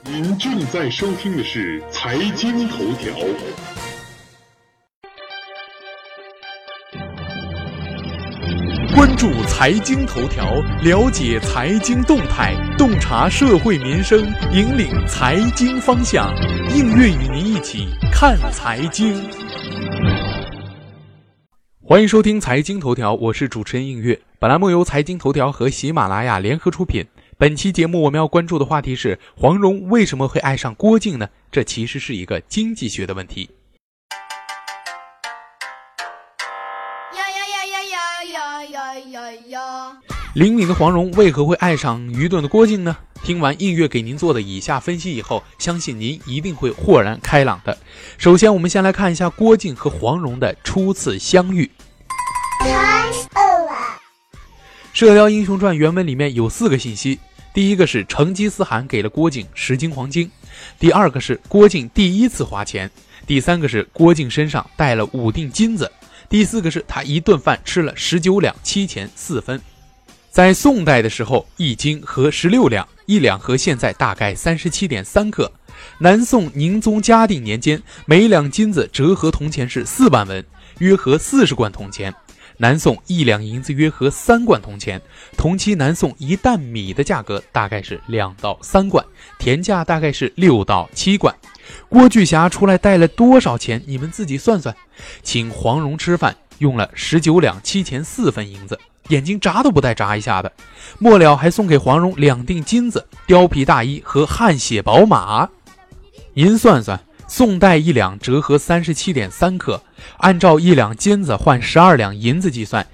您正在收听的是财经头条。 关注财经头条，了解财经动态，洞察社会民生，引领财经方向。映月与您一起看财经。欢迎收听财经头条，我是主持人映月。本栏目由财经头条和喜马拉雅联合出品。本期节目我们要关注的话题是：黄蓉为什么会爱上郭靖呢？这其实是一个经济学的问题。灵敏的黄蓉为何会爱上愚钝的郭靖呢？听完映月给您做的以下分析以后，相信您一定会豁然开朗的。首先我们先来看一下郭靖和黄蓉的初次相遇。射雕英雄传原文里面有4个信息，第一个是成吉思汗给了郭靖10斤黄金，第二个是郭靖第一次花钱，第三个是郭靖身上带了5锭金子，第四个是他一顿饭吃了19两7钱4分。在宋代的时候，1斤合16两，1两合现在大概37.3克。南宋宁宗嘉定年间，每两金子折合铜钱是4万文，约合40贯铜钱。南宋1两银子约合3贯铜钱，同期南宋1担米的价格大概是2到3贯，田价大概是6到7贯。郭巨侠出来带了多少钱？你们自己算算。请黄蓉吃饭用了19两7钱4分银子，眼睛眨都不带眨一下的。末了还送给黄蓉2锭金子、貂皮大衣和汗血宝马。您算算，宋代1两折合37.3克，按照1两金子换12两银子计算，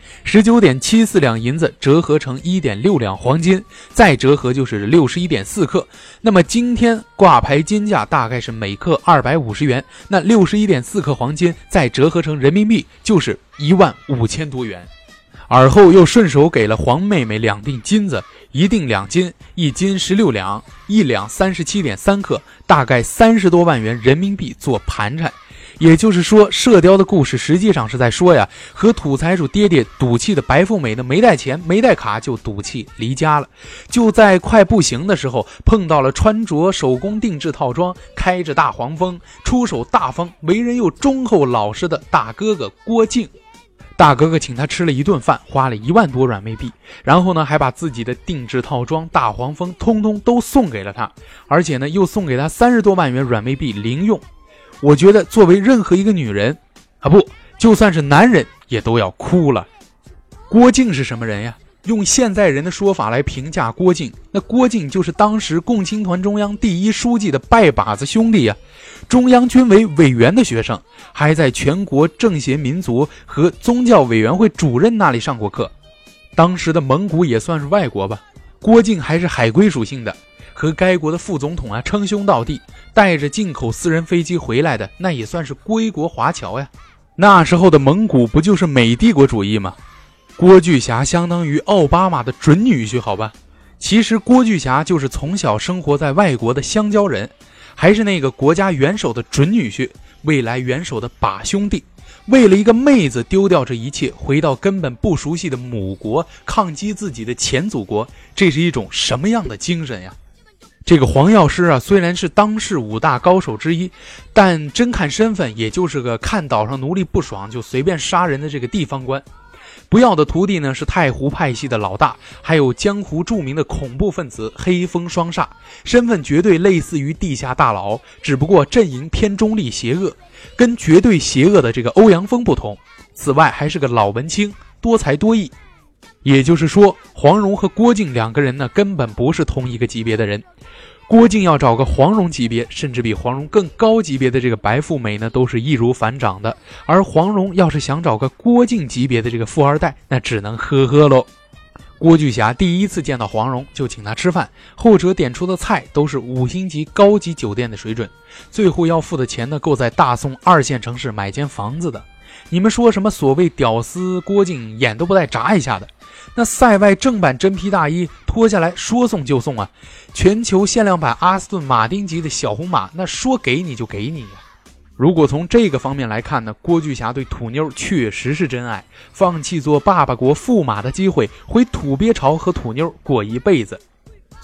19.74两银子折合成 1.6两黄金，再折合就是 61.4克。那么今天挂牌金价大概是每克250元，那 61.4克黄金再折合成人民币就是15000多元。而后又顺手给了黄妹妹2锭金子，1锭2斤，1斤16两，1两37.3克，大概30多万元人民币做盘缠。也就是说，射雕的故事实际上是在说呀，和土财主爹爹赌气的白富美呢，没带钱没带卡就赌气离家了。就在快不行的时候，碰到了穿着手工定制套装，开着大黄蜂，出手大方，为人又忠厚老实的大哥哥郭靖。大哥哥请他吃了一顿饭，花了1万多软妹币，然后呢还把自己的定制套装大黄蜂通通都送给了他，而且呢又送给他30多万元软妹币零用。我觉得作为任何一个女人不，就算是男人也都要哭了。郭靖是什么人呀？用现在人的说法来评价郭靖，那郭靖就是当时共青团中央第一书记的拜把子兄弟呀，中央军委委员的学生，还在全国政协民族和宗教委员会主任那里上过课。当时的蒙古也算是外国吧，郭靖还是海归属性的，和该国的副总统称兄道弟，带着进口私人飞机回来的，那也算是归国华侨呀。那时候的蒙古不就是美帝国主义吗？郭巨侠相当于奥巴马的准女婿，好吧？其实郭巨侠就是从小生活在外国的香蕉人，还是那个国家元首的准女婿，未来元首的把兄弟。为了一个妹子丢掉这一切，回到根本不熟悉的母国，抗击自己的前祖国，这是一种什么样的精神呀？这个黄药师虽然是当世5大高手之一，但真看身份也就是个看岛上奴隶不爽就随便杀人的这个地方官。不要的徒弟呢是太湖派系的老大，还有江湖著名的恐怖分子黑风双煞，身份绝对类似于地下大佬，只不过阵营偏中立邪恶，跟绝对邪恶的这个欧阳锋不同。此外还是个老文青，多才多艺。也就是说，黄蓉和郭靖2个人呢根本不是同一个级别的人。郭靖要找个黄蓉级别甚至比黄蓉更高级别的这个白富美呢，都是易如反掌的，而黄蓉要是想找个郭靖级别的这个富二代，那只能呵呵喽。郭巨侠第一次见到黄蓉就请他吃饭，后者点出的菜都是5星级高级酒店的水准，最后要付的钱呢够在大宋2线城市买间房子的。你们说什么所谓屌丝郭靖眼都不带眨一下的，那赛外正版真皮大衣脱下来说送就送啊，全球限量版阿斯顿马丁级的小红马，那说给你就给你呀。如果从这个方面来看呢，郭巨侠对土妞确实是真爱，放弃做爸爸国驸马的机会，回土鳖巢和土妞过一辈子。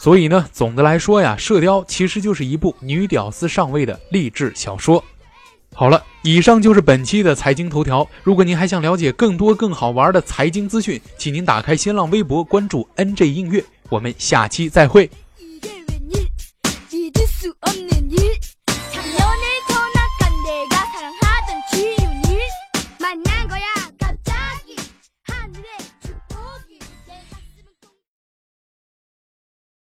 所以呢，总的来说呀，射雕其实就是一部女屌丝上位的励志小说。好了，以上就是本期的财经头条。如果您还想了解更多更好玩的财经资讯，请您打开新浪微博关注 NJ 音乐。我们下期再会。만난 거야